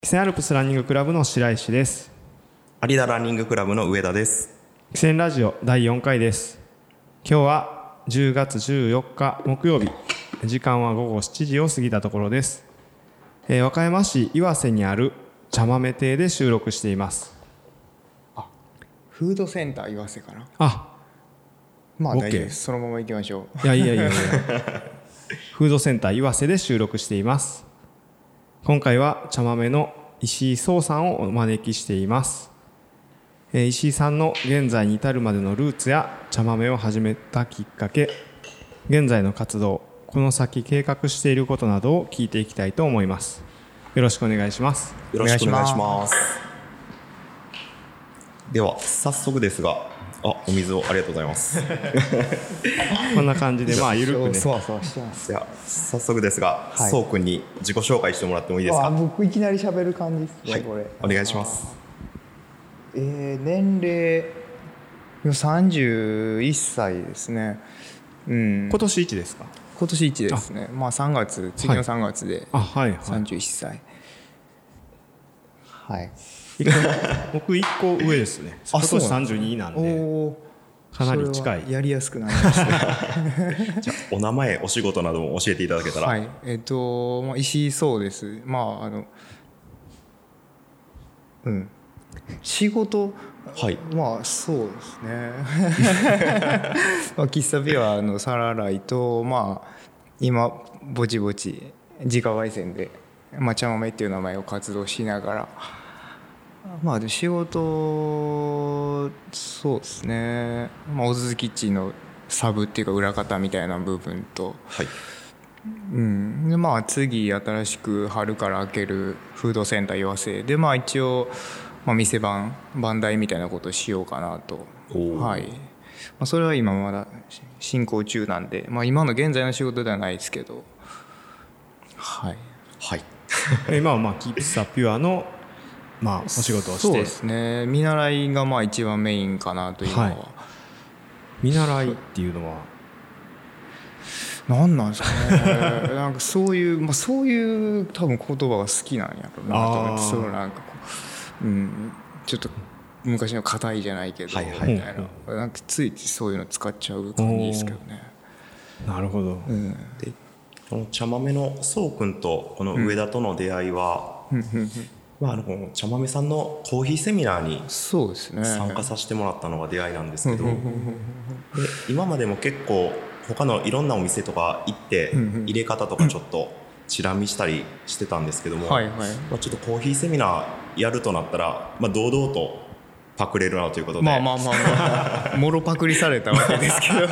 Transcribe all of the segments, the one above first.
キセンアルプスランニングクラブの白石です。 有田ランニングクラブの上田です。 キセンラジオ第4回です。今日は10月14日木曜日、時間は午後7時を過ぎたところです。和歌山市岩瀬にある茶豆亭で収録しています。 フードセンター岩瀬かな。まあ OK 大丈夫です。そのまま行きましょう。 いやフードセンター岩瀬で収録しています。今回は茶豆の石井壮さんをお招きしています。石井さんの現在に至るまでのルーツや茶豆を始めたきっかけ、現在の活動、この先計画していることなどを聞いていきたいと思います。よろしくお願いします。 よろしくお願いします。では早速ですが、お水をありがとうございます。 こんな感じでゆるくね。 そうしてます。 じゃあ早速ですが、 はいそうくんに自己紹介してもらってもいいですか。 僕いきなり喋る感じですね、 はい、 これ。 お願いします。 年齢31歳ですね。 今年1ですか。 今年1ですね。3月、次の3月で31歳。はい。 僕1個上ですね。今年32なんでかなり近い。 やりやすくなりました。 じゃあお名前、お仕事なども教えていただけたら。 はい、石井壮です。仕事、 はい、 そうですね。喫茶ビアの皿洗いと、今ぼちぼち自家焙煎で、茶豆っていう名前を活動しながら、で仕事、そうですね。オズズキッチンのサブっていうか裏方みたいな部分と、 はい、 で次新しく春から開けるフードセンター岩瀬で一応店番台みたいなことをしようかなと。はい。それは今まだ進行中なんで、今の現在の仕事ではないですけど、はいはい。 今は喫茶ピュアのお仕事をして。 そうですね。見習いが一番メインかなというのは、はい、 見習いっていうのは何なんですかね。なんかそういう多分言葉が好きなんやろうなと思って、ちょっと昔の硬いじゃないけど、みたいな、なんかついそういうの使っちゃう感じですけどね。 なるほど。 でこの茶豆のそうくんとこの上田との出会いは、茶豆さんのコーヒーセミナーに参加させてもらったのが出会いなんですけど、で今までも結構他のいろんなお店とか行って入れ方とかちょっとチラ見したりしてたんですけども、ちょっとコーヒーセミナーやるとなったら、堂々とパクれるなということで、 もろパクリされたわけですけど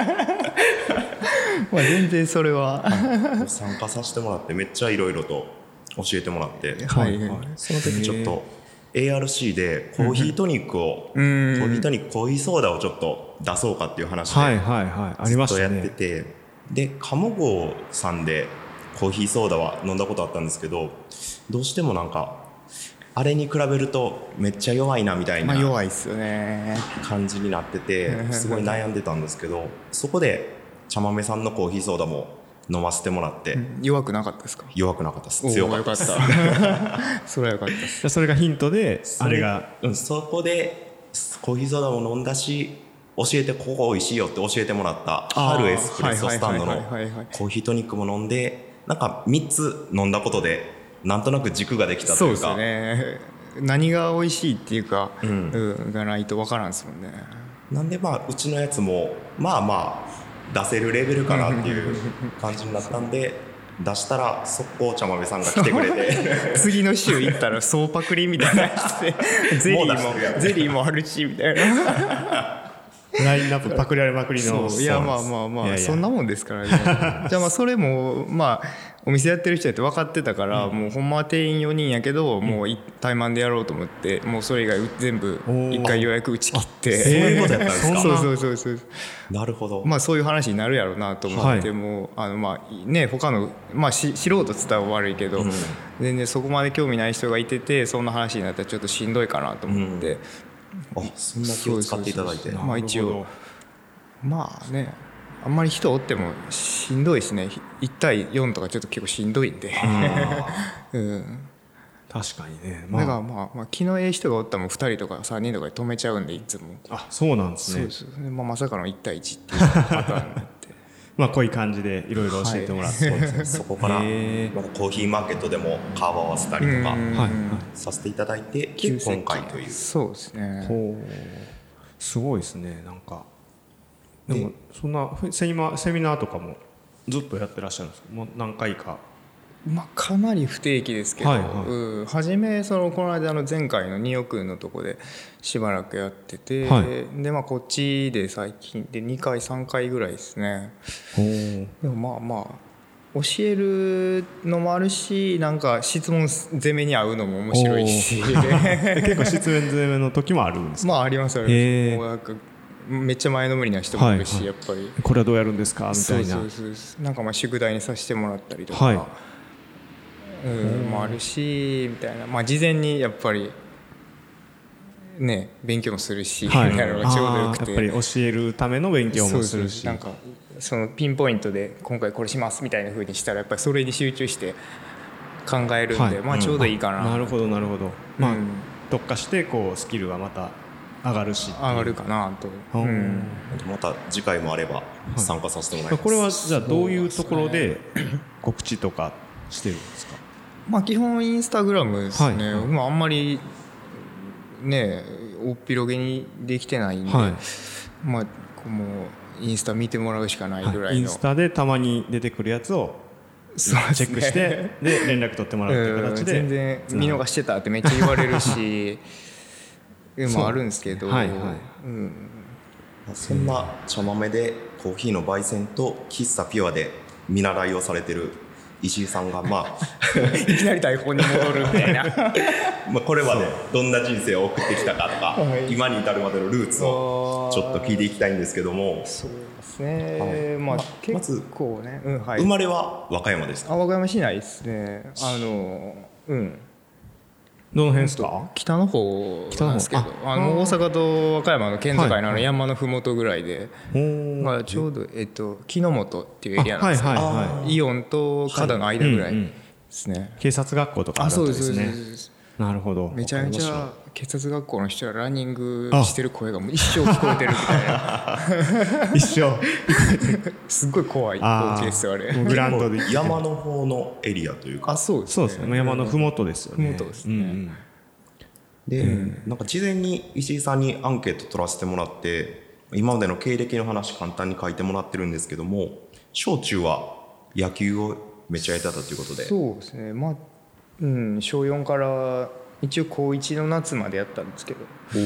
全然それは参加させてもらってめっちゃいろいろと教えてもらって、その時ちょっと ARC でコーヒートニックをコーヒーソーダをちょっと出そうかっていう話でずっとやってて、で鴨郷さんでコーヒーソーダは飲んだことあったんですけど、どうしてもなんかあれに比べるとめっちゃ弱いなみたいな感じになってて、すごい悩んでたんですけど、そこで茶豆さんのコーヒーソーダも飲ませてもらって、 弱くなかったですか。 弱くなかったです。強かったです。 それは良かったです。 それがヒントであれがそこでコーヒーソーダも飲んだし、教えてここ美味しいよって教えてもらった春エスプレッソスタンドのコーヒートニックも飲んで、なんか3つ飲んだことでなんとなく軸ができたというか。 そうですね。何が美味しいっていうか、がないと分からんですもんね。 なんでうちのやつも出せるレベルかなっていう感じになったんで出したら速攻茶豆さんが来てくれて次の週行ったら総パクリみたいなやつでゼリーもあるしみたいなラインナップパクられまくりの。 いやそんなもんですからね。じゃあそれもお店やってる人やって分かってたから、もうほんまは定員4人やけど、もうタイマンでやろうと思って、もうそれ以外全部1回予約打ち切って。 そういうことやったんですか。 そうなるほど。 そういう話になるやろうなと思って、もう他の素人っつったら悪いけど、全然そこまで興味ない人がいてて、そんな話になったらちょっとしんどいかなと思って、 そんな気を使っていただいて。 一応あんまり人おってもしんどいですね。1対4とかちょっと結構しんどいんで確確かにね、 だからまあ気のええ人がおったらもう2人とか3人とかで止めちゃうんでいつも。 あ、そうなんですね。 そうです、まさかの1対1っていうパターンになってまあこういう感じでいろいろ教えてもらって、 そうですね、そこからまたコーヒーマーケットでも顔を合わせたりとかさせていただいて、今回という。 そうですね。 ほう、すごいですね。なんかでもそんなセミナーとかもずっとやってらっしゃるんですか？もう何回か。 かなり不定期ですけど、初めこの間前回の2億のとこでしばらくやってて、でこっちで最近で2回3回ぐらいですね。でも教えるのもあるし、なんか質問攻めに合うのも面白いし結構質問攻めの時もあるんですか？ ありますもうなんかめっちゃ前のめりな人もいるし、やっぱりこれはどうやるんですかみたいな。 なんか宿題にさせてもらったりとか、もあるしみたいな、事前にやっぱりね勉強もするしみたいなのがちょうどよくて、 やっぱり教えるための勉強もするし、 なんかピンポイントで今回これしますみたいな風にしたらやっぱりそれに集中して考えるんで、ちょうどいいかな。 なるほどなるほど。特化してこうスキルがまた上がるし上がるかなと。 また次回もあれば参加させてもらいます。 これはじゃあどういうところで告知とかしてるんですか？ 基本インスタグラムですね。あんまりねおっぴろげにできてないんで、もうインスタ見てもらうしかないぐらいの。 インスタでたまに出てくるやつをチェックしてで連絡取ってもらうという形で。 全然見逃してたってめっちゃ言われるしもあるんですけど、 そんな茶豆でコーヒーの焙煎と喫茶ピュアで見習いをされてる石井さんがいきなり台本に戻るみたいなこれまでどんな人生を送ってきたかとか、今に至るまでのルーツをちょっと聞いていきたいんですけども。 そうですね、結構ね、 生まれは和歌山ですか？ 和歌山市内ですね。 どの辺ですか？ 北の方なんですけど、大阪と和歌山の県境の山のふもとぐらいで、ちょうど木之本っていうエリアなんですけど、イオンと加田の間ぐらいですね。 警察学校とかだったんですね。なるほど。 めちゃめちゃ警察学校の人はランニングしてる声がもう一生聞こえてるみたいな一生すっごい怖い光景ですよあれ。 グラウンドで山の方のエリアというか。 そうですね。 山のふもとですよね。 ふもとですね。 で、なんか事前に石井さんにアンケート取らせてもらって、今までの経歴の話簡単に書いてもらってるんですけども、小中は野球をめっちゃやってたということで。 そうですね。小4から一応高1の夏までやったんですけど。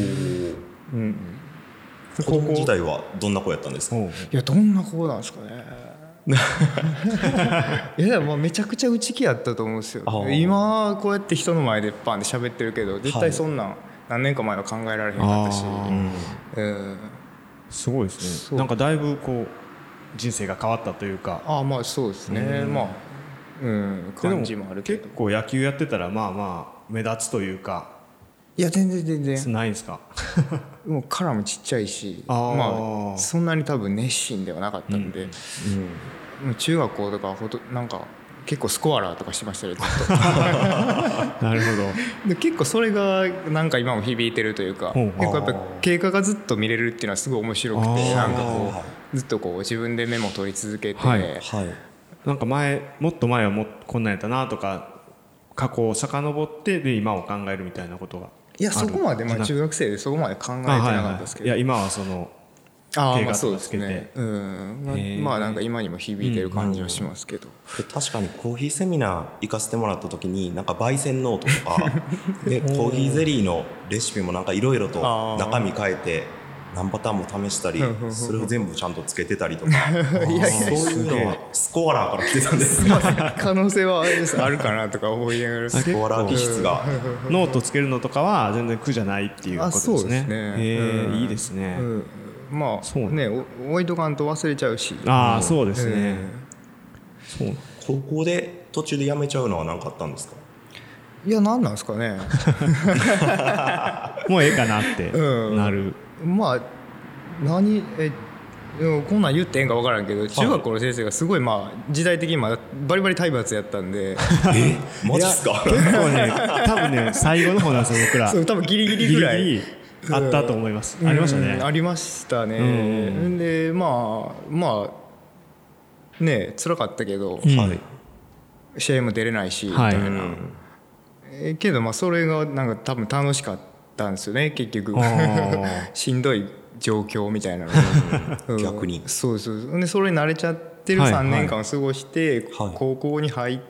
子供時代はどんな子やったんですか？ いや、どんな子なんですかねいや、めちゃくちゃ内気やったと思うんですよ。今こうやって人の前でパンで喋ってるけど、絶対そんなん何年か前は考えられへんかったし、 すごいですね。なんかだいぶこう人生が変わったというか。 そうですね。感じもあるけど。 結構野球やってたら目立つというか。 いや、全然ないんですか？ もう殻もちっちゃいし、そんなに多分熱心ではなかったんで、中学校とかなんか結構スコアラーとかしてましたよずっとなるほど。 で結構それがなんか今も響いてるというか、結構やっぱ経過がずっと見れるっていうのはすごい面白くて、なんかこうずっとこう自分でメモ取り続けて、 なんかもっと前はこんなんやったなとか過去を遡ってで今を考えるみたいなことが。 いや、そこまで中学生でそこまで考えてなかったですけど、 いや今はその経過とかつけて、 なんか今にも響いてる感じはしますけど、 確かにコーヒーセミナー行かせてもらった時になんか焙煎ノートとかでコーヒーゼリーのレシピもなんかいろいろと中身変えて何パターンも試したり、それを全部ちゃんとつけてたりとかそういうのはスコアラーから来てたんです可能性はあるかなとか思いながら、 スコアラー気質がノートつけるのとかは全然苦じゃないっていうことですね。 そうですね。 いいですね。 置いとかんと忘れちゃうし。 そうですね。 高校で途中で辞めちゃうのは何かあったんですか？ いや、何なんですかねもうええかなってなる。 でもこんなん言ってええんか分からんけど中学校の先生がすごいまあ時代的にまだバリバリ体罰やったんでマジっすか。 結構ね多分ね最後の方なんですよ僕ら。 そう多分ギリギリぐらいギリギリあったと思います。ありましたね。 ありましたね。でまあね辛かったけど、試合も出れないしみたいな、けどまあそれがなんか多分楽しかったんですよね結局しんどい状況みたいなのに逆にそうでそれに慣れちゃってる3年間を過ごして、高校に入って、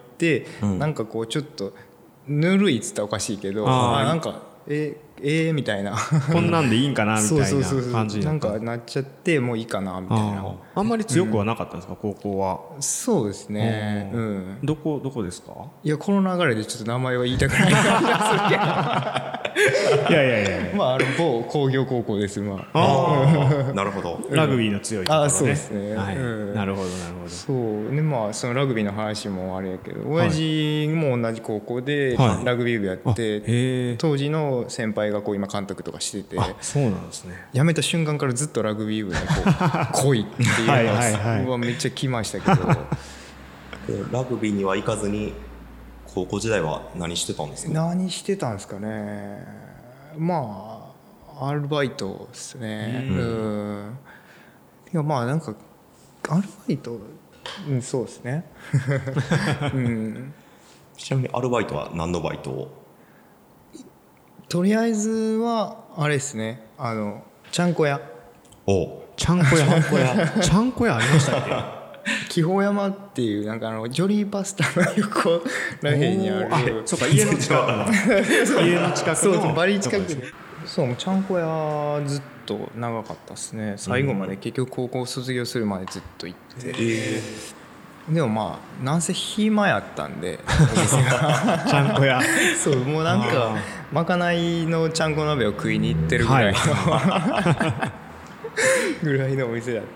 なんかこうちょっとぬるいっつったらおかしいけどなんかみたいなこんなんでいいんかなみたいな感じになんかなっちゃってもういいかなみたいな。 あんまり強くはなかったんですか、高校は。 そうですね。 どこですか。 いやこの流れでちょっと名前は言いたくない感じがするけどいやまあ某工業高校ですまあ。なるほど。 ラグビーの強いところね。 そうですね。 なるほど。 そうでまあそのラグビーの話もあれやけど親父も同じ高校でラグビー部やって当時の先輩がこう今監督とかしてて、 そうなんですね。 辞めた瞬間からずっとラグビー部にこう来いっていうのがめっちゃ来ましたけどラグビーには行かずに高校時代は何してたんですか。 何してたんですかね。まあアルバイトですね。いやまあなんかアルバイトそうですねちなみにアルバイトは何のバイトを。 とりあえずはあれですねちゃんこ屋。 ちゃんこ屋ありましたっけ。 紀宝山っていうなんかジョリーパスタの横らへんにあるそうか家の近くのそうバリ近くでそうちゃんこ屋ずっと長かったですね最後まで。結局高校卒業するまでずっと行ってでもまあなんせ暇やったんでお店がちゃんこ屋そうもうなんかまかないのちゃんこ鍋を食いに行ってるぐらいのぐらいのお店だって、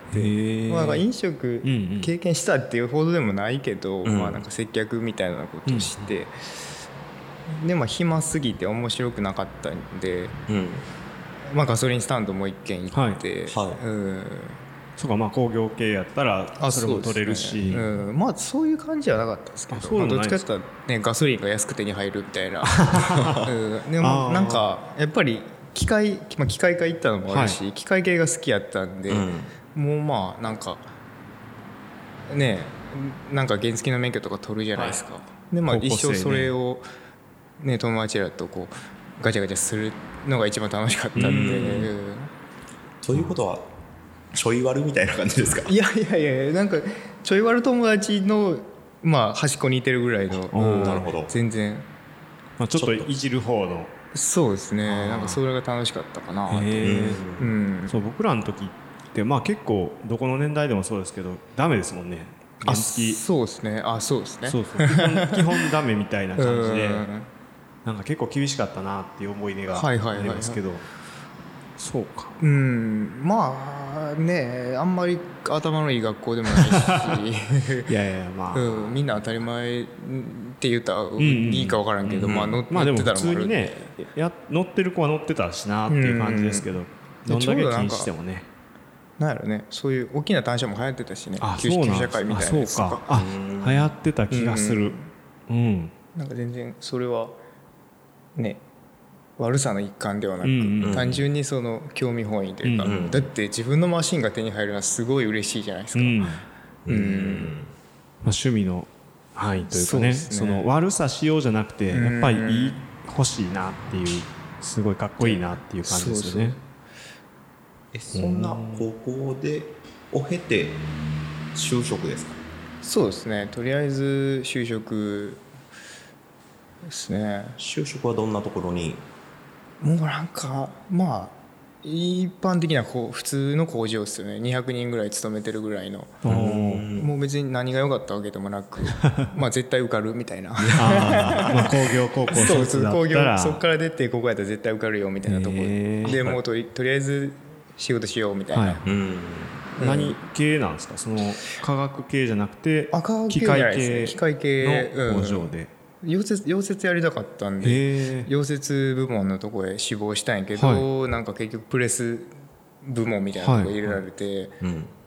まあ、なんか飲食経験したっていうほどでもないけど、まあなんか接客みたいなことをして、でも暇すぎて面白くなかったんで、まあガソリンスタンドも一軒行って、 そうかまあ工業系やったらそれも取れるし、 まあそういう感じはなかったですけど、どっちかっていうとねガソリンが安く手に入るみたいなでもなんかやっぱり機械科行ったのもあるし、機械系が好きやったんで、もうまあなんかねなんか原付の免許とか取るじゃないですか。でまあ一生それをね友達らとこうガチャガチャするのが一番楽しかったんで。 ということはちょい悪みたいな感じですか。 いやなんかちょい悪友達のまあ端っこにいてるぐらいの。 なるほど。 全然まあちょっといじる方の。 そうですね。なんかそれが楽しかったかなと。 そう僕らの時ってまあ結構どこの年代でもそうですけどダメですもんね。原付。 そうですね。そうですね。 そう基本ダメみたいな感じでなんか結構厳しかったなっていう思い出がありますけど。そうか。 まあねあんまり頭のいい学校でもないしいやまあ、 みんな当たり前って言ったらいいか分からんけど、まあ乗ってたらもあるんで。 まあでも普通にね乗ってる子は乗ってたしなっていう感じですけど、どんだけ気にしてもね。 なんやろね、そういう大きな単車も流行ってたしね。旧社会みたいなやつとか。 流行ってた気がする。 なんか全然それはね悪さの一環ではなく、単純にその興味本位というか、だって自分のマシンが手に入るのはすごい嬉しいじゃないですか。 まあ趣味の範囲というかね、その悪さしようじゃなくてやっぱり欲しいなっていうすごいかっこいいなっていう感じですよね。 そんな高校でを経て就職ですか。 そうですね。とりあえず就職ですね。 就職はどんなところに。 もうなんかまあ一般的な普通の工場ですよね。200人ぐらい勤めてるぐらいの。もう別に何が良かったわけでもなくまあ絶対受かるみたいなまあ工業高校卒だったらそっから出てここやったら絶対受かるよみたいなところでもうとりあえず仕事しようみたいな。 何系なんですか。その科学系じゃなくて機械系の工場で。 溶接やりたかったんで溶接部門のとこへ志望したんやけど、なんか結局プレス部門みたいなとこ入れられて、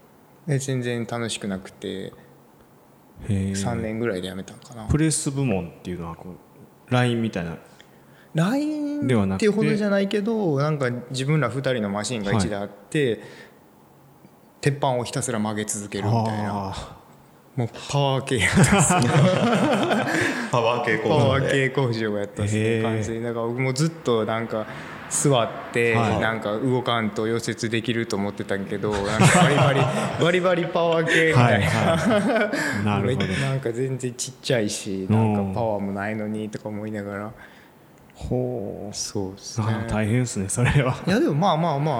全然楽しくなくて3年ぐらいで辞めたのかな。 プレス部門っていうのはこう LINE みたいな LINE っていうほどじゃないけど、なんか自分ら2人のマシンが1台あって、鉄板をひたすら曲げ続けるみたいな、もうパワー系やったんですよパワー系工場をやったんですね、完全に。だからもうずっとなんか座ってなんか動かんと溶接できると思ってたけど、なんかバリバリパワー系みたいな、なるほど。なんか全然ちっちゃいし、なんかパワーもないのにとか思いながら。 ほう、 そうですね。 大変ですねそれは。 いやでもま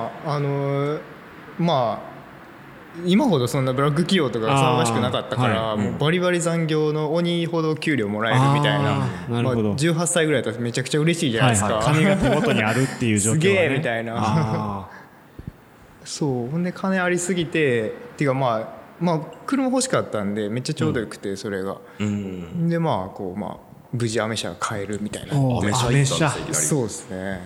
あ今ほどそんなブラック企業とか騒がしくなかったから、もうバリバリ残業の鬼ほど給料もらえるみたいな。 なるほど。 18歳ぐらいだったらめちゃくちゃ嬉しいじゃないですか。 金が手元にあるっていう状況はね。 すげえみたいな。そう。ほんで金ありすぎてっていうかまあ車欲しかったんでめっちゃちょうどよくてそれが。で無事アメ車が買えるみたいな。 アメ車。 そうですね。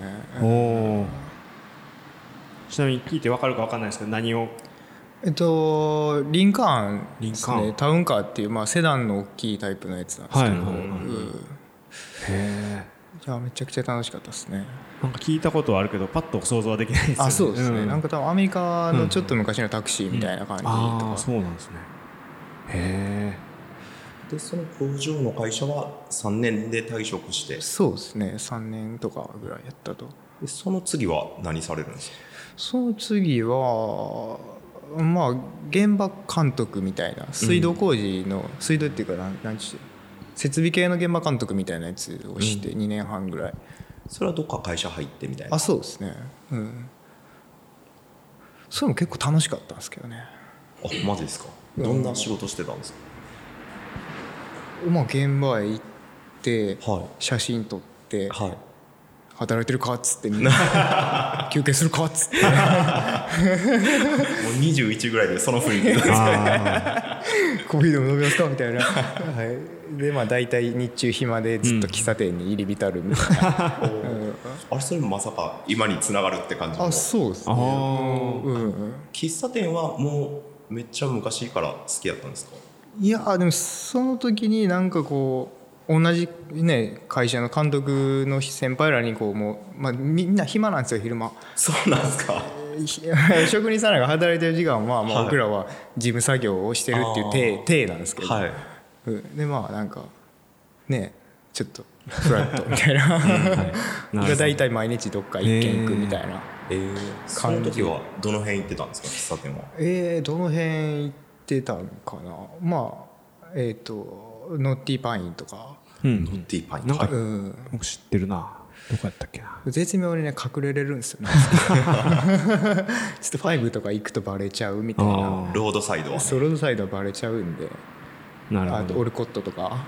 ちなみに聞いて分かるか分かんないですけど何を。 リンカーンですね。タウンカーっていうセダンの大きいタイプのやつなんですけど、じゃあめちゃくちゃ楽しかったですね。 なんか聞いたことはあるけどパッと想像はできないですよね。 そうですね。なんか多分アメリカのちょっと昔のタクシーみたいな感じとか。 そうなんですね。へえ。でその工場の会社は3年で退職して。 そうですね。3年とかぐらいやったと。 でその次は何されるんですか？ その次は現場監督みたいな水道工事の、水道っていうか何て言う設備系の現場監督みたいなやつをして2年半ぐらい。 それはどっか会社入ってみたいな。 そうですね。それも結構楽しかったんですけどね。 マジですか？どんな仕事してたんですか？ 現場へ行って、写真撮って、働いてるかっつってみんな休憩するかっつってもう 21ぐらいでその雰囲気ですねコーヒーでも飲みますかみたいなで大体日中暇でずっと喫茶店に入り浸るみたいな、 あれそれもまさか今につながるって感じの。 そうですね。 喫茶店はもうめっちゃ昔から好きやったんですか？ いやでもその時になんかこう同じね会社の監督の先輩らにみんな暇なんですよ昼間。 そうなんですか？ 職人さんらが働いてる時間は僕らは事務作業をしてるっていう体なんですけど、でなんかねちょっとフラットみたいなが大体毎日どっか一軒行くみたいなその時はどの辺行ってたんですか？喫茶店は。 どの辺行ってたんかな。ノッティパインとか。 ノッティパインなんか僕知ってるな。どこやったっけな。 絶妙にね隠れれるんですよねちょっと5とか行くとバレちゃうみたいな。 ロードサイドはね。 ロードサイドはバレちゃうんで。 なるほど。 あとオルコットとか。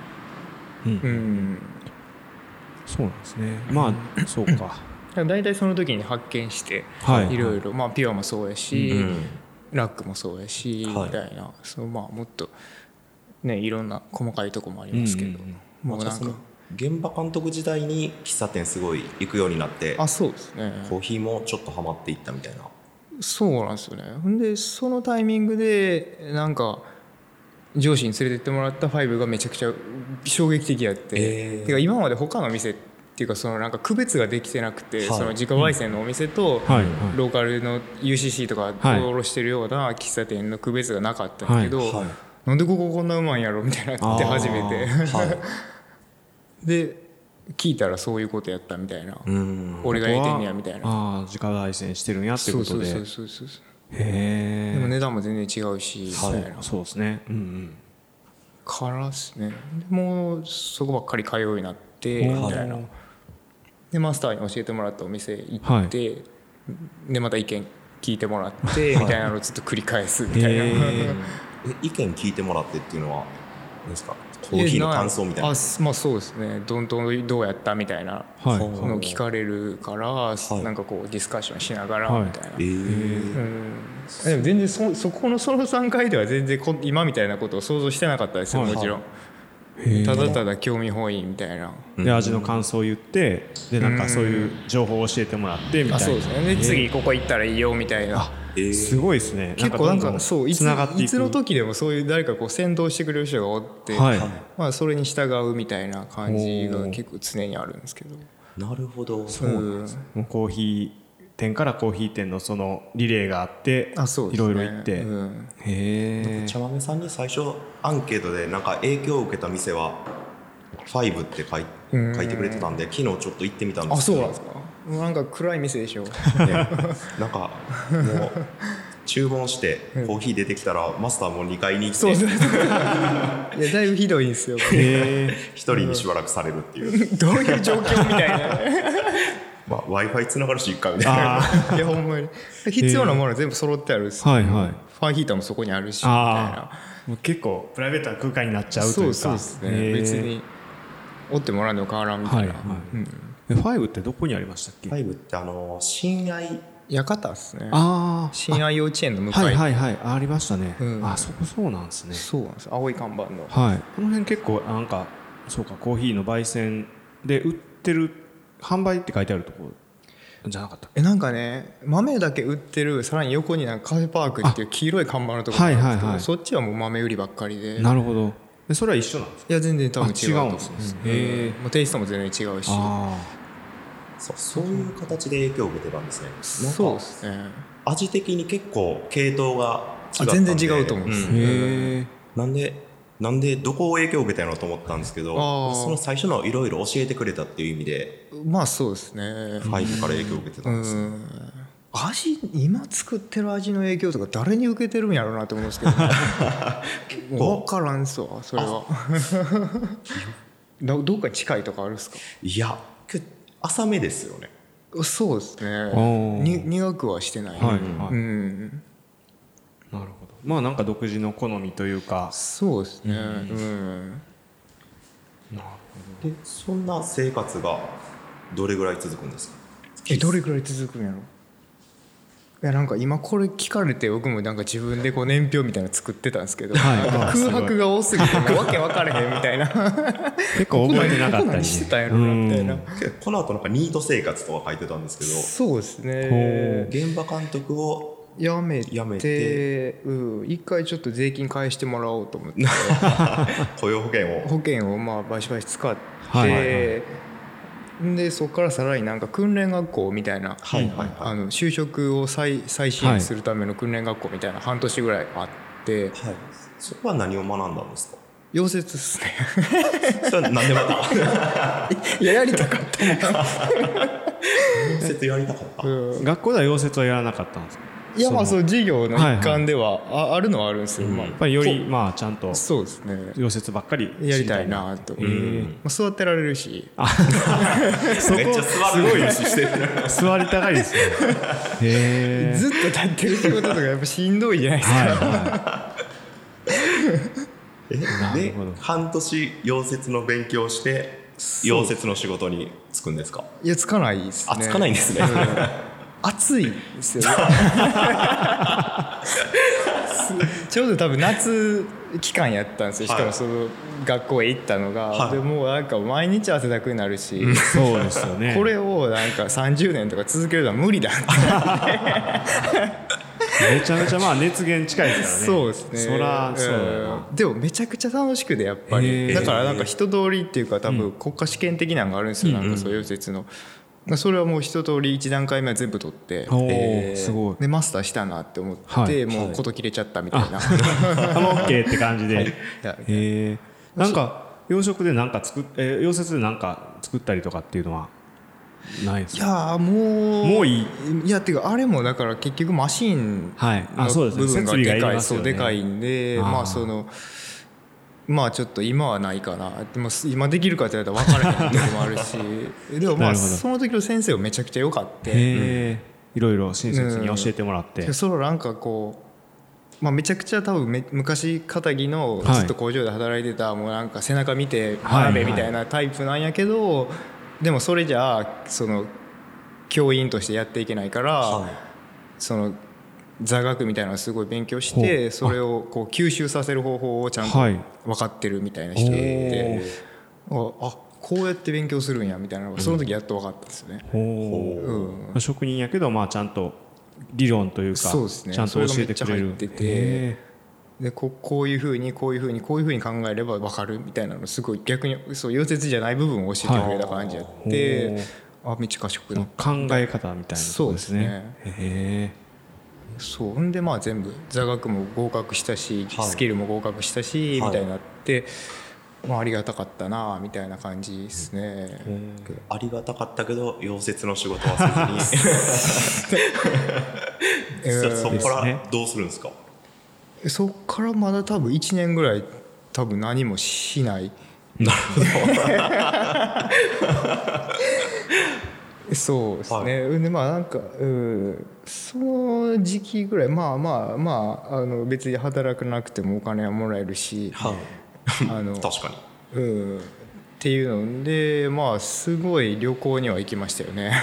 そうなんですね。そうか。 大体その時に発見していろいろピュアもそうやし、ラックもそうやしみたいな。もっとねいろんな細かいとこもありますけど。もうなんか現場監督時代に喫茶店すごい行くようになって。 そうですね。 コーヒーもちょっとハマっていったみたいな。 そうなんですよね。でそのタイミングでなんか上司に連れてってもらった5がめちゃくちゃ衝撃的やって、てか今まで他の店っていうかなんか区別ができてなくて、その自家焙煎のお店とローカルの UCC とかを卸してるような喫茶店の区別がなかったんだけど、なんでこここんなうまいんやろみたいなって初めてで聞いたらそういうことやったみたいな。俺が言えてんねやみたいな。 自家焙煎してるんやってことで。 そうでも値段も全然違うしみたいな。 そうですね。 からですね。もうそこばっかり通うようになってみたいな。でマスターに教えてもらったお店行って、でまた意見聞いてもらってみたいなのをずっと繰り返すみたいな。 意見聞いてもらってっていうのは何ですか？コーヒーの感想みたいな。 そうですね。どうやったみたいなのを聞かれるから、なんかこうディスカッションしながらみたいな。でも全然そこのその3回では全然今みたいなことを想像してなかったですよ、もちろん。ただただ興味本位みたいな。 で味の感想を言ってでなんかそういう情報を教えてもらってみたいな。 そうですね。で次ここ行ったらいいよみたいな。 すごいですね。 結構なんかそういつの時時でもそういう誰かこう先導してくれる人がおって、 はい、 まあそれに従うみたいな感じが結構常にあるんですけど。 なるほど。 そうなんです。もうコーヒー店からコーヒー店のそのリレーがあっていろいろ行って、へえ。茶豆さんに最初アンケートでなんか影響を受けた店は5って書いてくれてたんで、昨日ちょっと行ってみたんですけど。 あ、そうなんですか。もうなんか暗い店でしょ。 なんかもう注文してコーヒー出てきたらマスターも2階に行って、 そうそういやだいぶひどいんですよ。 一人にしばらくされるっていう。 どういう状況みたいな。 まあ、Wi-Fi つながるしいっかみたいな。 いやほんまに必要なもの全部揃ってあるし、 はいはい、 ファンヒーターもそこにあるしみたいな。 もう結構プライベートな空間になっちゃうというか。 そうですね。別に折ってもらうの変わらんみたいな。はいはい、5ってどこにありましたっけ ？5って親愛館ですね。親愛幼稚園の向かい。 はいはいはい、ありましたね。あそこそうなんですね。 そうなんです。青い看板の。 はい。この辺結構なんかそうか、コーヒーの焙煎で売ってる販売って書いてあるところじゃなかったっけ？ なんかね、豆だけ売ってるさらに横になんかカフェパークっていう黄色い看板のところがあるんですけど、そっちはもう豆売りばっかりで。 なるほど。でそれは一緒なんですか？ いや全然多分違うと思うんです。 もうテイストも全然違うし。 そういう形で影響を受けてたんですね。 そうですね。 味的に結構系統が違ったんで。 全然違うと思うんです。 なんでどこを影響を受けたのと思ったんですけど、その最初のいろいろ教えてくれたっていう意味で、 まあそうですね。 5から影響を受けてたんです。 今作ってる味の影響とか誰に受けてるんやろうなと思うんですけど、分からんすわそれは。どっか近いとかあるんですか？ いや浅めですよね。 そうですね。苦くはしてない。 はいはい、なるほど。まあなんか独自の好みというか。 そうですね。なるほど。でそんな生活がどれぐらい続くんですか？ どれぐらい続くんやろ。いやなんか今これ聞かれて僕もなんか自分でこう年表みたいなの作ってたんですけど、空白が多すぎてもうわけ分かれへんみたいな。 結構覚えてなかったりしてたんやろなみたいな。 この後なんかニート生活とか書いてたんですけど。 そうですね。 現場監督をやめて、一回ちょっと税金返してもらおうと思って雇用保険をまあバシバシ使って、でそこからさらになんか訓練学校みたいな、就職を再支援するための訓練学校みたいな半年ぐらいあって、 そこは何を学んだんですか？ 溶接ですね。 それなんでまたやりたかった溶接やりたかった、 学校では溶接はやらなかったんですか？ いやまあそう授業の一環ではあるのはあるんですよ。 やっぱりよりまあちゃんとそうですね。 溶接ばっかりやりたいなと。座ってられるし。 めっちゃ座るようにしてる。 座りたがりですね。 ずっと立ってる仕事とかやっぱしんどいじゃないですか。 で半年溶接の勉強して溶接の仕事に就くんですか？ いやつかないですね。 つかないんですね。 暑いですよね。ちょうど多分夏期間やったんですよ。しかもその学校へ行ったのが、でもうなんか毎日汗だくになるし、 そうですよね。 これをなんか30年とか続けるのは無理だってめちゃめちゃまあ熱源近いですからね。 そうですね。 そらそうやな。 でもめちゃくちゃ楽しくてやっぱり、だからなんか人通りっていうか多分国家試験的なのがあるんですよ。なんかそういう溶接の。それはもう一通り1段階目は全部取って、 すごいでマスターしたなって思って、もうこと切れちゃったみたいな。 OK って感じで。なんか養殖でなんか溶接でなんか作ったりとかっていうのはないですか？ いやもういい。 いやっていうかあれもだから結局マシンの部分がでかいんで、まあそのまあちょっと今はないかな。でも今できるかって言われたら分からへんとこもあるし、でもまあその時の先生はめちゃくちゃ良かった。いろいろ親切に教えてもらって。 そのなんかこう、まあめちゃくちゃ多分昔片木のずっと工場で働いてたもうなんか背中見て学べみたいなタイプなんやけど、でもそれじゃあその教員としてやっていけないから、その座学みたいなのをすごい勉強して、それをこう吸収させる方法をちゃんと分かってるみたいな人がいて、こうやって勉強するんやみたいなのがその時やっと分かったんですよね。 職人やけどまあちゃんと理論というかそうですね、 ちゃんと教えてくれる。 それがめっちゃ入ってて、でこういうふうにこういうふうにこういうふうに考えれば分かるみたいなのすごい逆にそう溶接じゃない部分を教えてくれた感じやって、めっちゃ賢くなった考え方みたいなことですね。 そうですね。そんでまあ全部座学も合格したし、スキルも合格したし、みたいになって、まあ、ありがたかったなみたいな感じですね。 ありがたかったけど溶接の仕事はせずにそこからどうするんですか？ そっからまだ多分1年ぐらい多分何もしない。 なるほどそうですね、でまあなんか、その時期ぐらいまあ別に働かなくてもお金はもらえるし、 確かに、 っていうのでまあすごい旅行には行きましたよね。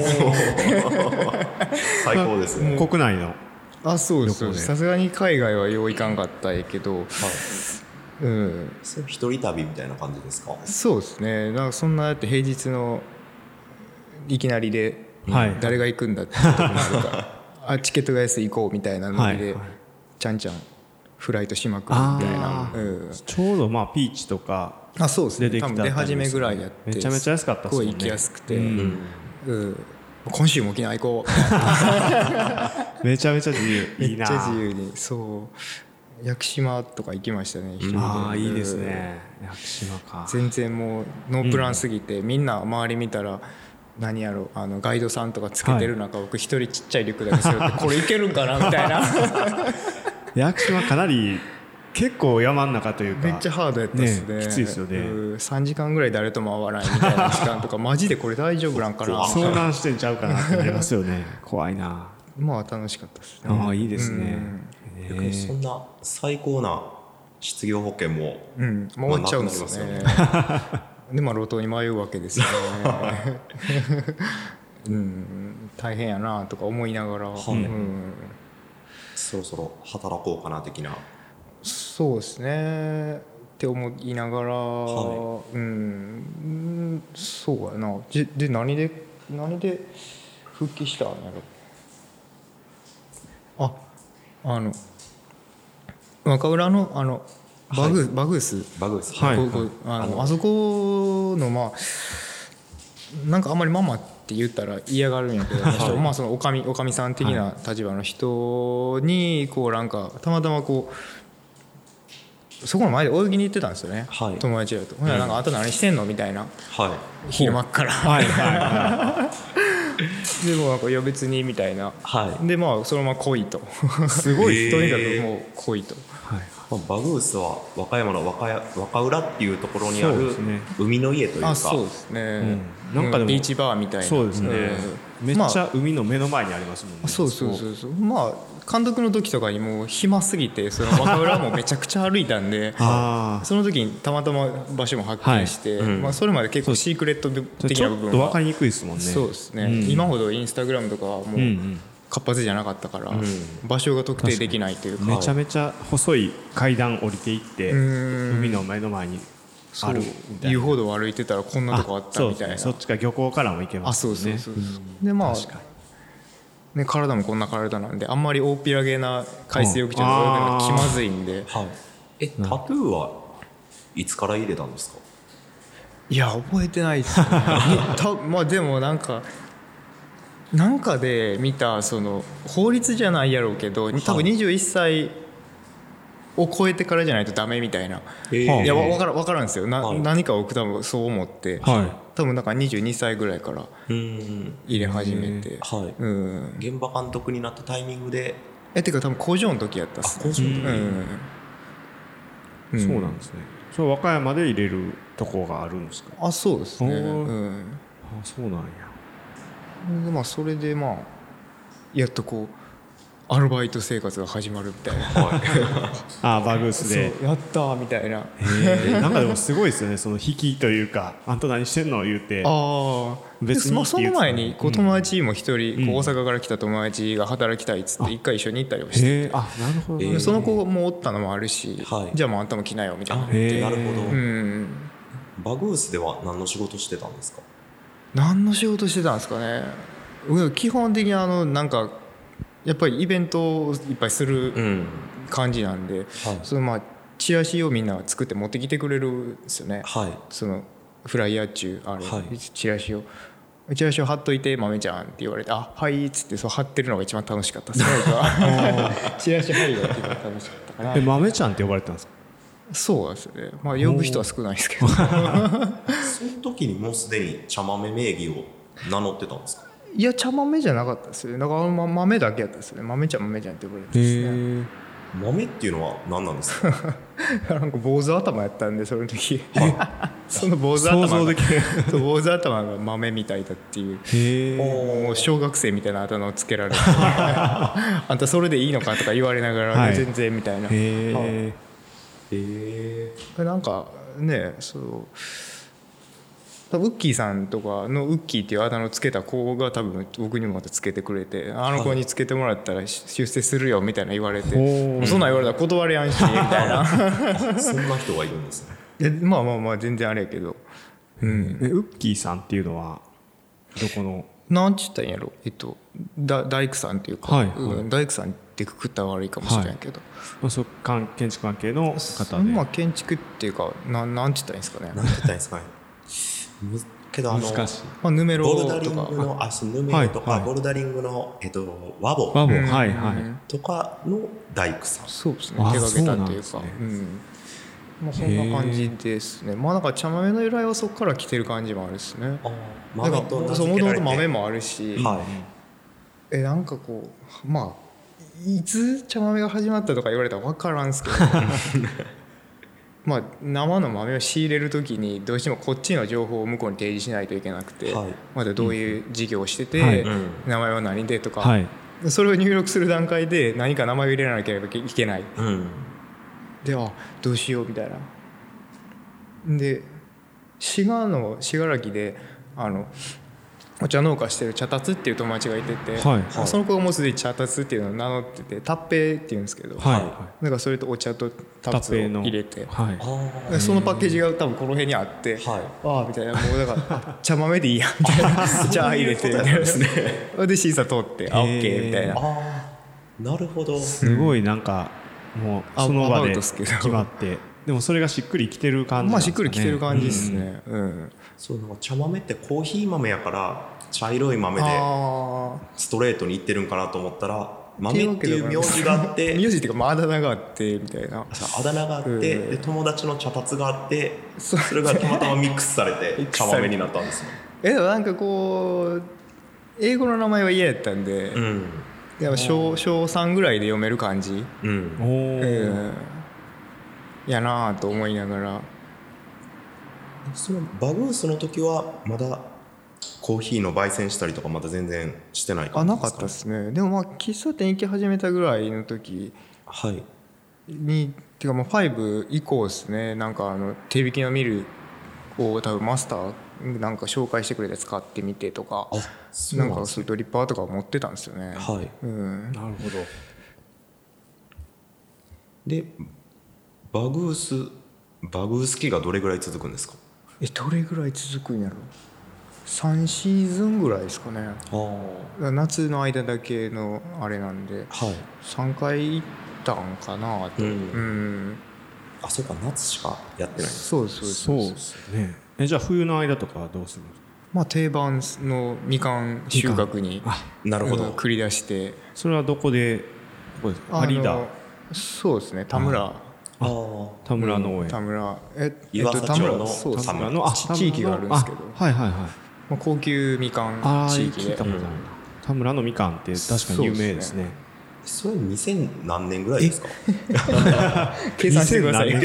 最高ですね。 国内のそうです。さすがに海外はよう行かんかったんやけど、 一人旅みたいな感じですか？ そうですね。なんかそんなだって平日のいきなりで誰が行くんだってところかチケットが安い行こうみたいなのでちゃんちゃんフライトしまくるみたいな、 ちょうどまあピーチとかそうですね、多分出始めぐらいやってめちゃめちゃ安かったですもんね。 すごい行きやすくて、今週も沖縄行こうめちゃめちゃ自由いいな。 めっちゃ自由にそう屋久島とか行きましたね、一人で。 いいですね、屋久島か。 全然もうノープランすぎて、みんな周り見たら何やろガイドさんとかつけてる中、僕一人ちっちゃいリュックだけ背負ってこれいけるんかなみたいな。 屋久島かなり結構山の中というかめっちゃハードやったですね。 きついですよね。 3時間ぐらい誰とも会わないみたいな時間とかマジでこれ大丈夫なんかな遭難してんちゃうかなってなりますよね。怖いな。 まあ楽しかったですね。 いいですね。 そんな最高な失業保険も終わっちゃうんですよね。でまあ路頭に迷うわけですよね。大変やなとか思いながら、 そろそろ働こうかな的な。 そうですねって思いながら、そうやな。で何で復帰したんやろ。若浦のバグース、あそこのまあなんかあんまりママって言ったら嫌がるんやけど、まあそのおかみさん的な立場の人にこうなんかたまたまこうそこの前で泳ぎに行ってたんですよね、友達らと。ほんならなんかあと何してんのみたいな、昼間っからでもなんかいや別にみたいな、でまあそのまま来いとすごいとにかくもう来いと。 バグースは和歌山の若浦っていうところにある海の家というか、 そうですね、 なんかでもビーチバーみたいな。 そうですね、めっちゃ海の目の前にありますもんね。 そうまあ監督の時とかにもう暇すぎてその若浦もめちゃくちゃ歩いたんでその時にたまたま場所も発見して、まあそれまで結構シークレット的な部分はちょっと分かりにくいですもんね。 そうですね、今ほどインスタグラムとかはもう活発じゃなかったから、場所が特定できないというか、 めちゃめちゃ細い階段降りていって海の目の前にあるみたいな。 遊歩道を歩いてたらこんなとこあったみたいな。 そっちか漁港からも行けますもんね。 でまあね、体もこんな体なんであんまり大っぴらげな海水浴場で泳ぐの気まずいんで。 タトゥーはいつから入れたんですか？ いや覚えてないですねまあでもなんかで見たその法律じゃないやろうけど多分21歳を超えてからじゃないとダメみたいな、いや分からんですよ。何かを多分そう思って、多分なんか22歳ぐらいから入れ始めて、 現場監督になったタイミングでてか多分工場の時やったっす。 そうなんですね。それ和歌山で入れるとこがあるんですか？ そうですね。 そうなんや。 でまあそれでまあやっとこうアルバイト生活が始まるみたいなバグースでやったみたいな。 なんかでもすごいですよね、その引きというか、あんた何してんの言うて。 別にその前にこう友達も一人こう大阪から来た友達が働きたいっつって一回一緒に行ったりもしてて、 なるほど。 その子もおったのもあるし、じゃあもうあんたも来なよみたいな。 なるほど。バグースでは何の仕事してたんですか？ 何の仕事してたんですかね。基本的になんかやっぱりイベントをいっぱいする感じなんで、そのまあチラシをみんな作って持ってきてくれるんですよね、そのフライヤー中チラシを貼っといて豆ちゃんって言われて、あはいっつってそう貼ってるのが一番楽しかったですチラシ貼りが一番楽しかったかな。 豆ちゃんって呼ばれてたんですか？ そうですね、まあ呼ぶ人は少ないですけどその時にもうすでに茶豆名義を名乗ってたんですか？ いや茶豆じゃなかったですね。だから豆だけやったですね。豆ちゃんって呼ばれてですね。 豆っていうのは何なんですか？ なんか坊主頭やったんでその時、その坊主頭が豆みたいだっていう、もう小学生みたいな頭をつけられてあんたそれでいいのかとか言われながら、全然みたいな。なんかね、そうウッキーさんとかのウッキーっていうあだ名をつけた子が多分僕にもまたつけてくれて、あの子につけてもらったら出世するよみたいな言われて、そんなん言われたら断れやんしみたいなそんな人がいるんですね。 まあ全然あれやけど、 ウッキーさんっていうのはどこのなんちったんやろ、大工さんっていうか、大工さんってくくったら悪いかもしれないけど、 建築関係の方で、 まあ建築っていうかなんちったらいいんですかね。 なんて言ったらいいんですかね。けど難しい。 ヌメロボルダリングのヌメロとかボルダリングのワボとかの大工さん。 そうですね。手掛けたっていうか。まあそんな感じですね。まあなんか茶豆の由来はそこから来てる感じもあるですね。 豆と名付もともけられて、 と豆もあるし、なんかこうまあいつ茶豆が始まったとか言われたら分からんすけど。まあ、生の豆を仕入れる時にどうしてもこっちの情報を向こうに提示しないといけなくて、まだどういう事業をしてて、名前は何でとか、それを入力する段階で何か名前を入れなければいけない、でどうしようみたいな。で信楽でお茶農家してる茶達っていう友達がいてて、その子がもうすでに茶達っていうのを名乗ってて、タッペっていうんですけど、だからそれとお茶とタツを入れて、そのパッケージが多分この辺にあって、ああみたいな、もうだから茶豆でいいやみたいな、茶入れてみたいなですね。で審査通ってオッケーみたいな。 なるほど。 すごいなんかもうその場で決まって、でもそれがしっくりきてる感じなんですかね。 まあしっくりきてる感じですね。 そう、なんか茶豆ってコーヒー豆やから茶色い豆でストレートにいってるんかなと思ったら、豆っていう名字があって名字っていうかあだ名があってみたいな、 あだ名があって、で友達の茶達があって、それがたまたまミックスされて茶豆になったんですよ。 でもなんかこう英語の名前は嫌やったんで、やっぱ小3ぐらいで読める感じ、やなと思いながら。 そのバグースの時はまだコーヒーの焙煎したりとかまだ全然してない感じですか？ なかったですね。でもまあ喫茶店行き始めたぐらいの時に、てかもう5以降ですね。なんか手引きのミルを多分マスターなんか紹介してくれて使ってみてとか、なんかそういうドリッパーとか持ってたんですよね。 なるほど。 でバグース期がどれぐらい続くんですか？ どれぐらい続くんやろ。3シーズンぐらいですかね。夏の間だけのあれなんで、3回行ったんかなと。 あ、そうか、夏しかやってないんですか？ そうですね。じゃあ冬の間とかはどうするんですか？ まあ定番のみかん収穫になるほど繰り出して。 それはどこですか？有田。 そうですね、田村農園、田村岩佐町の田村の地域があるんですけど、高級みかん地域で、 田村のみかんって確かに有名ですね。 それ2000何年ぐらいですか？ 計算してください。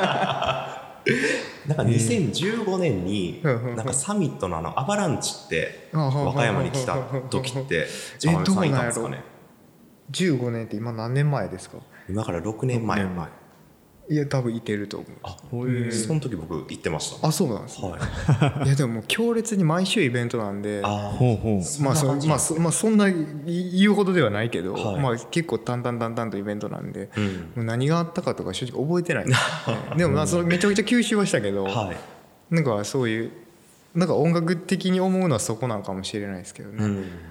なんか2015年になんかサミットのアバランチって和歌山に来た時って茶豆さんいたんですかね ？15年って今何年前ですか？ 今から6年前。 いや多分いてると思う。 その時僕行ってました。 そうなんです、いやでももう強烈に毎週イベントなんで、まあそんな言うほどではないけど、まあ結構淡々とイベントなんで、もう何があったかとか正直覚えてないでもそれめちゃくちゃ吸収はしたけど、なんかそういうなんか音楽的に思うのはそこなのかもしれないですけどね。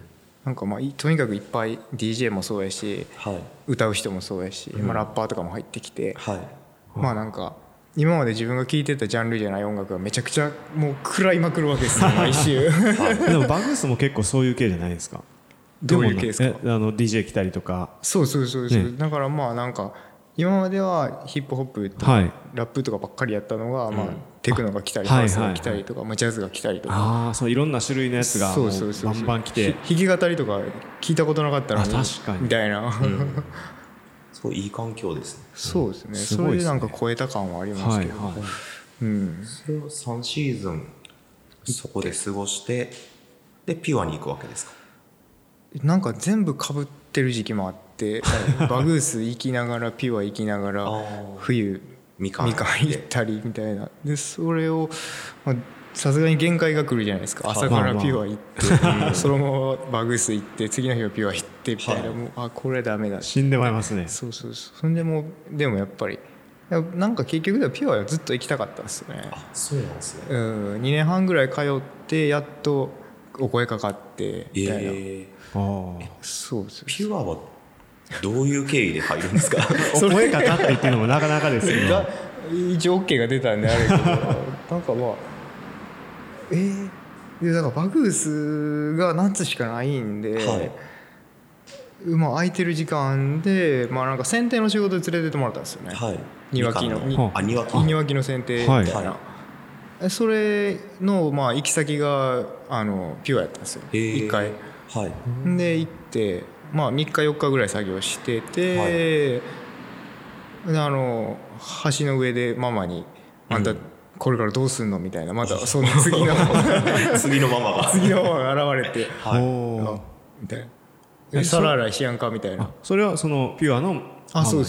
なんかまあとにかくいっぱい DJ もそうやし、 はい、 歌う人もそうやし、まあ、ラッパーとかも入ってきて、 はい、 まあなんか今まで自分が聴いてたジャンルじゃない音楽がめちゃくちゃもう食らいまくるわけですよ毎週でもバグースも結構そういう系じゃないですか。 どういう系ですか。 DJ 来たりとか。 そうそうそうそう、ね、だからまあなんか今まではヒップホップとかラップとかばっかりやったのが、まあテクノが来たりハウスが来たりとか、ジャズが来たりとか、 そういろんな種類のやつがもうバンバン来て、 弾き語りとか聞いたことなかったのにみたいな、 すごいいい環境ですね。 そうですね。それでなんか超えた感はありますけど、 それを3シーズンそこで過ごしてでピュアに行くわけですか。 なんか全部被ってる時期もあってバグース行きながらピュア行きながら冬みかん行ったりみたいなで、それをさすがに限界が来るじゃないですか。朝からピュア行ってそのままバグース行って次の日はピュア行ってみたいな、もうこれはダメだ、 死んでまいりますね。 そうそうそう。そんでもでもやっぱりなんか結局ではピュアはずっと行きたかったですね。 そうなんですね。 2年半ぐらい通ってやっとお声かかってみたいな。そうです。 ピュアはどういう経緯で入るんですかお声かかってっていうのもなかなかですけど一応 OK が出たんであれけどなんかまあでだからバグースが夏しかないんで、まあ空いてる時間でまあなんか剪定の仕事で連れてってもらったんですよね。庭木の庭木の剪定みたいな、それのまあ行き先がピュアやったんですよ1回。で行ってまあ3日4日ぐらい作業してて、橋の上でママに「あんたこれからどうすんの?」みたいな、またその次の次のママが現れて「みたいな、皿洗いしやんか」みたいな。 それはそのピュアのママに。 そう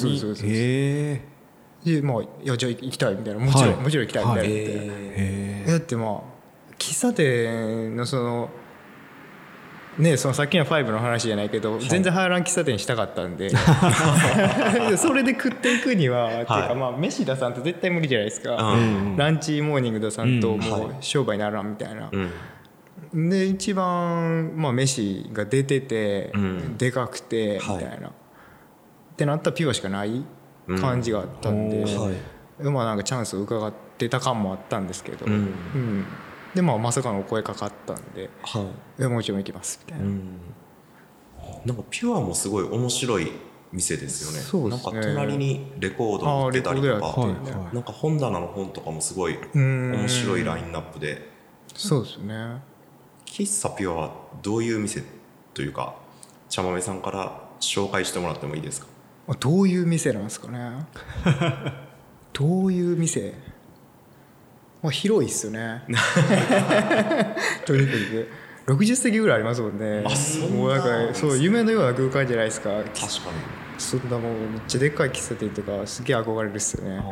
でまあ「いやじゃあ行きたい」みたいな、もちろん行きたいみたいな。だってまあ喫茶店のそのさっきの5の話じゃないけど、全然流行らん喫茶店したかったんでそれで食っていくには、っていうかまあ飯出さんと絶対無理じゃないですか、ランチモーニング出さんともう商売ならんみたいな、で一番まあ飯が出てて、でかくてみたいなってなったらピュアしかない感じがあったんで、まあなんかチャンスを伺ってた感もあったんですけど、でまあまさかのお声かかったんで「もちろん行きます」みたいな。 なんかピュアもすごい面白い店ですよね。なんか隣にレコード売ってたりとか、なんか本棚の本とかもすごい面白いラインナップで。 そうですね。 喫茶ピュアはどういう店というか、茶豆さんから紹介してもらってもいいですか。 どういう店なんですかねどういう店、まあ、広いっすよねとにかく60席ぐらいありますもんね。もうなんかそう夢のような空間じゃないですか。 確かにそんなもうめっちゃでっかい喫茶店とかすげえ憧れるっすよね。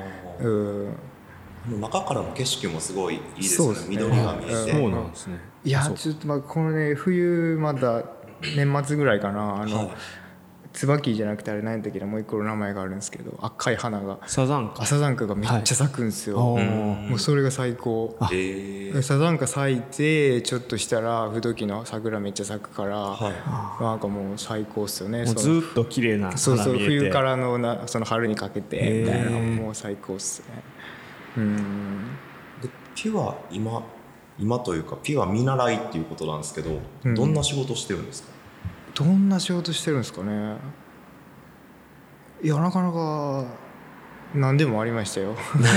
中からの景色もすごいいいですね。緑が見えて。 そうなんですね。 いやちょっとまあこのね冬まだ年末ぐらいかな、椿じゃなくてあれ何だっけな、もう一個の名前があるんですけど、赤い花がサザンカがめっちゃ咲くんですよ、もうそれが最高。サザンカ咲いてちょっとしたら不動機の桜めっちゃ咲くから、なんかもう最高っすよね。 もうずっと綺麗な花見えて、 冬からのその春にかけてみたいな、もう最高っすね。 でピュア今というかピュア見習いっていうことなんですけど、どんな仕事してるんですか。 どんな仕事してるんですかね。いやなかなか何でもありましたよ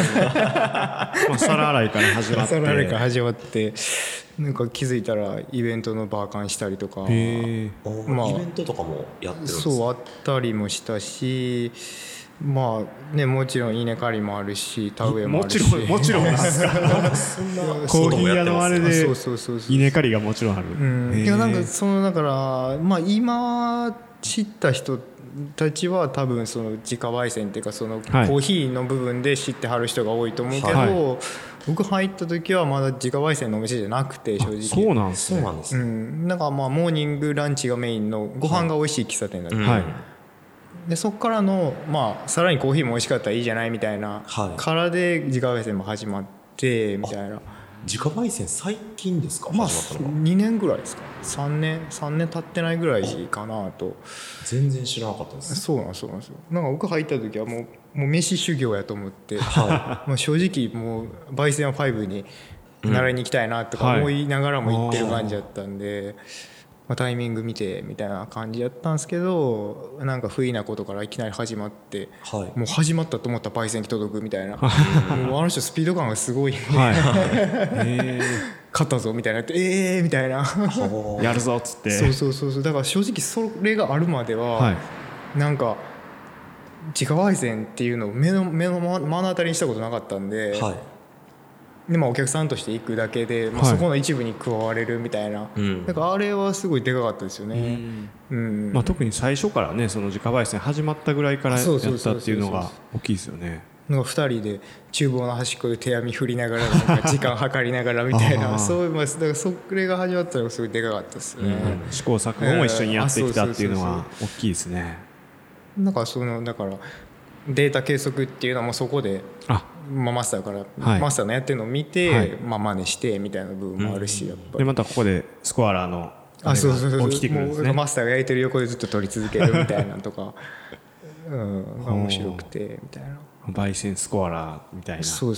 皿洗いから始まってなんか気づいたらイベントのバーカンしたりとか、 イベントとかもやってるんですか。 そうあったりもしたし、まあね、もちろん稲刈りもあるし田植えもあるし、 もちろんなんですかコーヒー屋のあれで稲刈りがもちろんある。 いやなんかだからまあ今知った人たちは多分その自家焙煎っていうかそのコーヒーの部分で知ってはる人が多いと思うけど、僕入った時はまだ自家焙煎のお店じゃなくて、正直そうなんですね。 なんかまあモーニングランチがメインのご飯が美味しい喫茶店だった、でそこからのまあさらにコーヒーも美味しかったらいいじゃないみたいなからで自家焙煎も始まってみたいな。 自家焙煎最近ですか、 まあ始まったのは。 2年ぐらいですか、3年経ってないぐらいかなと。 全然知らなかったです。 そうなんですよ。なんか僕入った時はもう飯修行やと思って、まあ正直もう焙煎は5に習いに行きたいなとか思いながらも行ってる感じだったんで、まあ、タイミング見てみたいな感じやったんですけど、なんか不意なことからいきなり始まって、もう始まったと思ったら焙煎機届くみたいな、もうあの人スピード感がすごいんで、勝ったぞみたいなってみたいなやるぞっつって。 そうだから正直それがあるまではなんか自家焙煎っていうのを目の当たりにしたことなかったんで、でまあお客さんとして行くだけで、まあ、そこの一部に加われるみたいな、だからあれはすごいでかかったですよね。 まあ、特に最初からね、その自家焙煎始まったぐらいからやったっていうのが大きいですよね。 なんか2人で厨房の端っこで手網振りながらなんか時間計りながらみたいなそういう、だからそれが始まったのがすごいでかかったですね。 試行錯誤も一緒にやってきたっていうのは大きいですね。 なんかだからデータ計測っていうのはもうそこでマスターから、マスターのやってるのを見て、まあ真似してみたいな部分もあるし、やっぱりでまたここでスコアラーの起きてくるんですね。 もうマスターが焼いてる横でずっと取り続けるみたいなとか面白くてみたいな、 焙煎スコアラーみたいな。 そう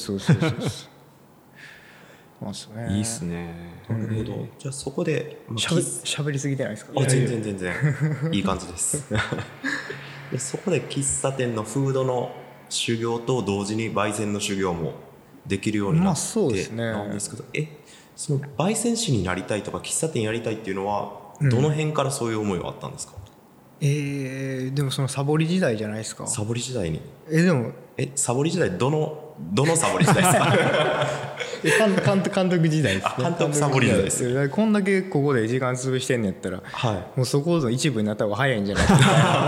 いいっすね。 なるほど。じゃあそこで喋りすぎてないですか？ 全然いい感じですでそこで喫茶店のフードの修行と同時に焙煎の修行もできるようになってなんですけど、その焙煎師になりたいとか喫茶店やりたいっていうのはどの辺からそういう思いはあったんですか？ でもそのサボり時代じゃないですか。 サボり時代にでもサボり時代どのサボり時代ですか？ 監督時代ですね。 監督サボり時代です。 こんだけここで時間潰してんのやったら、もうそこの一部になった方が早いんじゃないか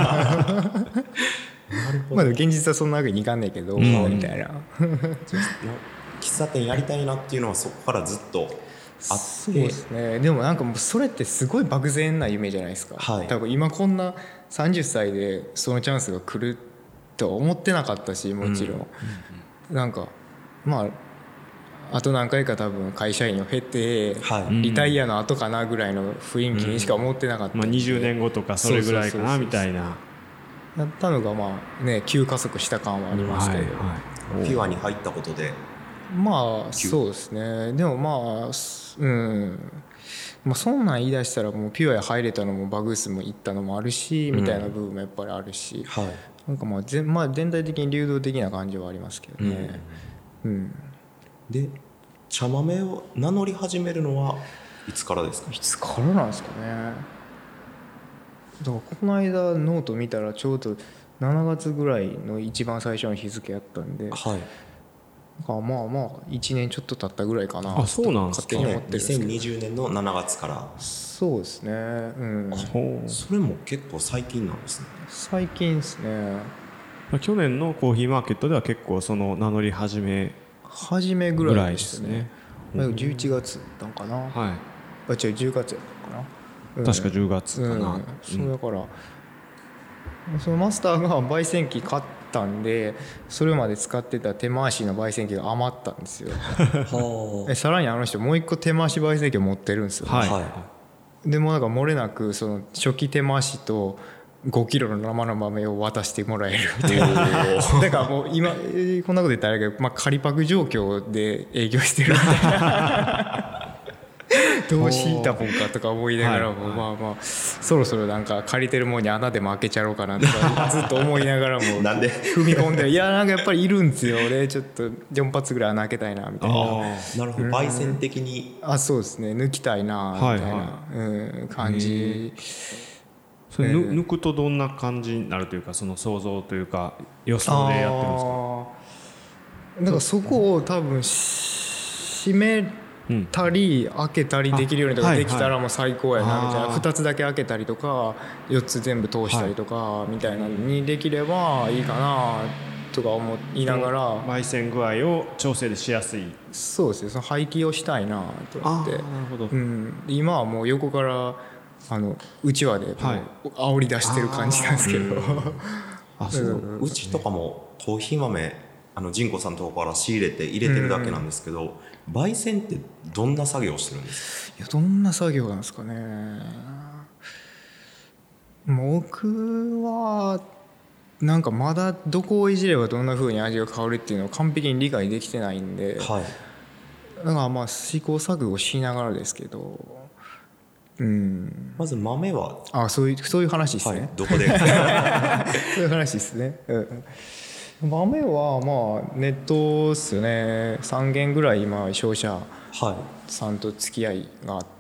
まあ現実はそんなわけにいかんねえけど、みたいな喫茶店やりたいなっていうのはそこからずっとあって。 そうですね。でもなんかもうそれってすごい漠然な夢じゃないですか。多分今こんな30歳でそのチャンスが来るとは思ってなかったし、もちろん、なんかまああと何回か多分会社員を経て、リタイアの後かなぐらいの雰囲気にしか思ってなかったんで、 20年後とかそれぐらいかなみたいなやったのがまあね急加速した感はありますけど、 ピュアに入ったことでまあそうですね。でもまあまあそんなん言い出したらもうピュアへ入れたのもバグースも行ったのもあるし、みたいな部分もやっぱりあるし、なんかまあ全体的に流動的な感じはありますけどね。 で茶豆を名乗り始めるのはいつからですか？ いつからなんですかね。だからこの間ノート見たらちょうど7月ぐらいの一番最初の日付やったんで、まあ1年ちょっと経ったぐらいかな。 あ、そうなんですか。 勝手に思ってるんですけど、 2020年の7月から。 そうですね。 それも結構最近なんですね。 最近ですね。 去年のコーヒーマーケットでは結構その名乗り始めぐらいですね。11月だったかな。10月やったかな。 確か10月かな。 そうだからそのマスターが焙煎機買ったんで、それまで使ってた手回しの焙煎機が余ったんですよさらにあの人もう一個手回し焙煎機を持ってるんですよ、でもなんか漏れなくその初期手回しと5キロの生の豆を渡してもらえるみたいなだからもう今こんなこと言ったらあれだけど、仮パク状況で営業してるみたいなどう敷いたもんかとか思いながらも、まあそろそろなんか借りてるもんに穴でも開けちゃろうかなとかずっと思いながらもなんで踏み込んで、いやなんかやっぱりいるんですよ俺ちょっと4発ぐらい穴開けたいなみたいな。 なるほど、焙煎的にそうですね、抜きたいなみたいな感じ。 それ抜くとどんな感じになるというか、その想像というか予想でやってるんですか？ だからそこを多分締めたり開けたりできるようにとかできたらもう最高やなみたいな、2つだけ開けたりとか4つ全部通したりとかみたいなのにできればいいかなとか思いながら、 焙煎具合を調整でしやすい。 そうですね、その廃棄をしたいなと思って。 なるほど。 今はもう横からうちわで煽り出してる感じなんですけどうちとかもコーヒー豆仁子さんのところから仕入れて入れてるだけなんですけど、焙煎ってどんな作業をしてるんですか？ いやどんな作業なんですかね。僕はなんかまだどこをいじればどんな風に味が変わるっていうのを完璧に理解できてないんで、 はい、 だからまあ試行錯誤しながらですけど、 まず豆はそういう話ですね、 はい、どこでそういう話ですね、豆はまあネットっすよね。3軒ぐらい今商社さんと付き合いがあって、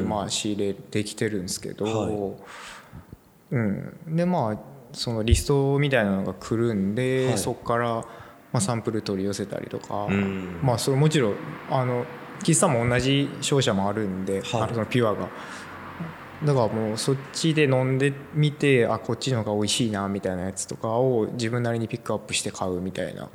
まあ仕入れてきてるんですけど、でまあそのリストみたいなのが来るんで、そこからまあサンプル取り寄せたりとか、まあそれもちろん喫茶も同じ商社もあるんで、そのピュアがだからもうそっちで飲んでみて、こっちの方が美味しいなみたいなやつとかを自分なりにピックアップして買うみたいな。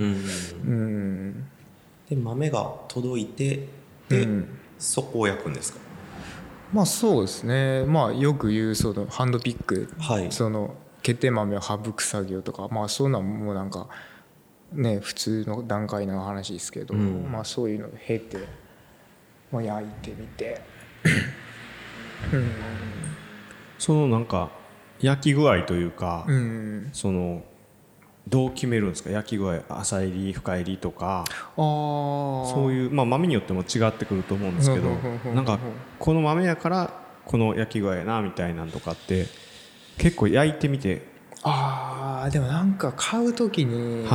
で豆が届いてで、そこを焼くんですか？ まあそうですね。まあよく言うそのハンドピック、その決定豆を省く作業とか、まあそういうのはもうなんかね普通の段階の話ですけど、まあそういうのを経て、まあ、焼いてみてそのなんか焼き具合というか、そのどう決めるんですか？焼き具合、浅煎り深煎りとか、そういう、まあ、豆によっても違ってくると思うんですけど、なんかこの豆やからこの焼き具合やなみたいなんとかって結構焼いてみて。 でもなんか買う時に、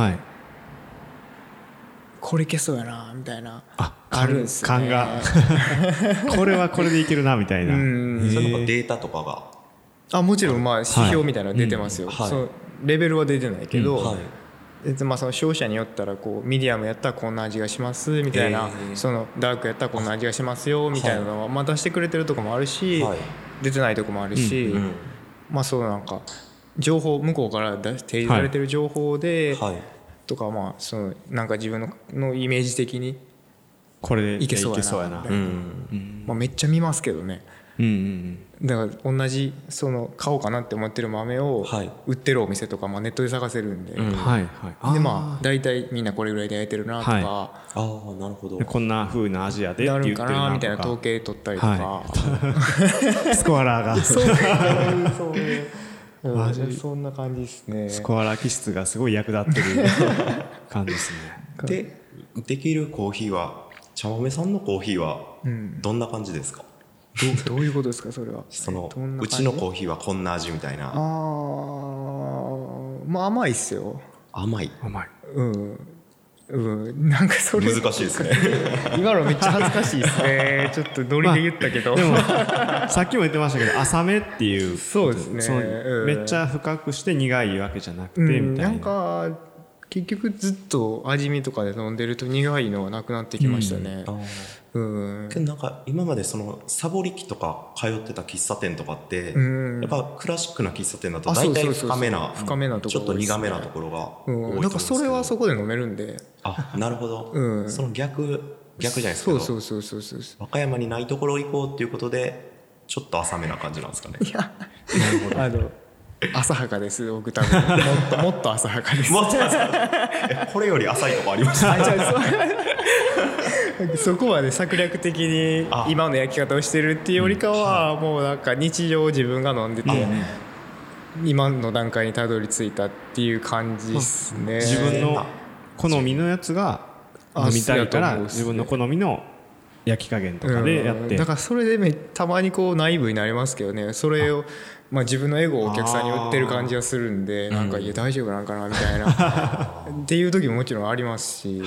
これいけそうやなみたいなあるんですよね。 勘がこれはこれでいけるなみたいな。 そのデータとかがもちろんまあ指標みたいなの出てますよ。そのレベルは出てないけど、まあその商社によったらこうミディアムやったらこんな味がしますみたいな、そのダークやったらこんな味がしますよみたいなのはまあ出してくれてるとこもあるし、出てないとこもあるし、まあそうなんか情報向こうから提示されてる情報でとか、まあそのなんか自分のイメージ的にこれでいけそうやなみたいな、まあめっちゃ見ますけどね。だから同じその買おうかなって思ってる豆を売ってるお店とかまあネットで探せるんで、でまあ大体みんなこれぐらいで焼いてるなとか、 なるほど、 こんな風な味やでって言ってるなとかなるかなみたいな統計取ったりとか、 スコアラーがそんな感じですね。 スコアラー気質がすごい役立ってる感じですね。できるコーヒーは茶豆さんのコーヒーはどんな感じですか？ どういうことですかそれは。 そのうちのコーヒーはこんな味みたいな。 まあ甘いっすよ。 甘い。 なんかそれ難しいですね。 今のめっちゃ恥ずかしいですね。ちょっとノリで言ったけど、 でもさっきも言ってましたけど浅めっていう、 そうですね、 めっちゃ深くして苦いわけじゃなくてみたいな、 なんか結局ずっと味見とかで飲んでると苦いのはなくなってきましたね。 けどなんか今までそのサボり機とか通ってた喫茶店とかって、やっぱクラシックな喫茶店だと大体深めなちょっと苦めなところが多いと思うんですけど、 だからそれはそこで飲めるんで。 なるほど、その逆じゃないですけど、 そう和歌山にないところ行こうっていうことでちょっと浅めな感じなんですかね。 いやなるほど浅はかです僕多分もっと浅はかです。 もっと浅はかこれより浅いとこありましたそこまで策略的に今の焼き方をしてるっていうよりかは、もうなんか日常自分が飲んでて今の段階にたどり着いたっていう感じですね。 自分の好みのやつが飲みたいから自分の好みの焼き加減とかでやって、 だからそれでたまにこうナイブになりますけどね。それをまあ自分のエゴをお客さんに売ってる感じがするんで、なんかいや大丈夫なんかなみたいなっていう時ももちろんありますし、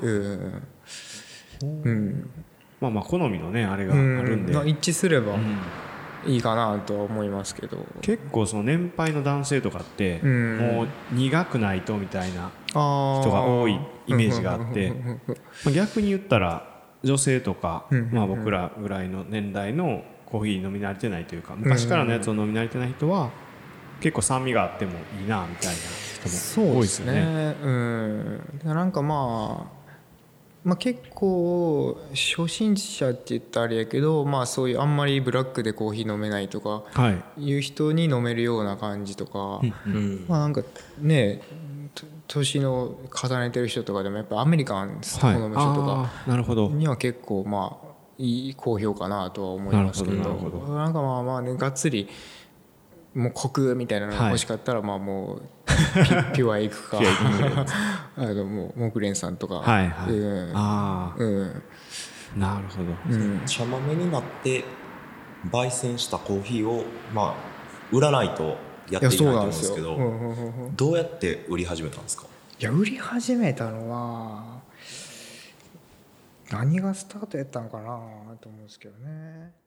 まあまあ好みのねあれがあるんで、 一致すればいいかなとは思いますけど、 結構その年配の男性とかってもう苦くないとみたいな人が多いイメージがあって、逆に言ったら女性とか、まあ僕らぐらいの年代のコーヒー飲み慣れてないというか昔からのやつを飲み慣れてない人は結構酸味があってもいいなみたいな人も多いですよね。 なんかまあ結構初心者って言ったらあれやけど、まあそういうあんまりブラックでコーヒー飲めないとかいう人に飲めるような感じとか、まあなんかね年の重ねてる人とかでもやっぱアメリカン好む人とかには結構まあいい好評かなとは思いますけど、なんかまあまあねがっつりもうコクみたいなのが欲しかったらまあもうピュアいくかもう木蓮さんとか。 はいはい、ああ、なるほど。 茶豆になって焙煎したコーヒーをまあ売らないとやっていけないと思うんですけど、どうやって売り始めたんですか？ いや売り始めたのは何がスタートやったのかなと思うんですけどね。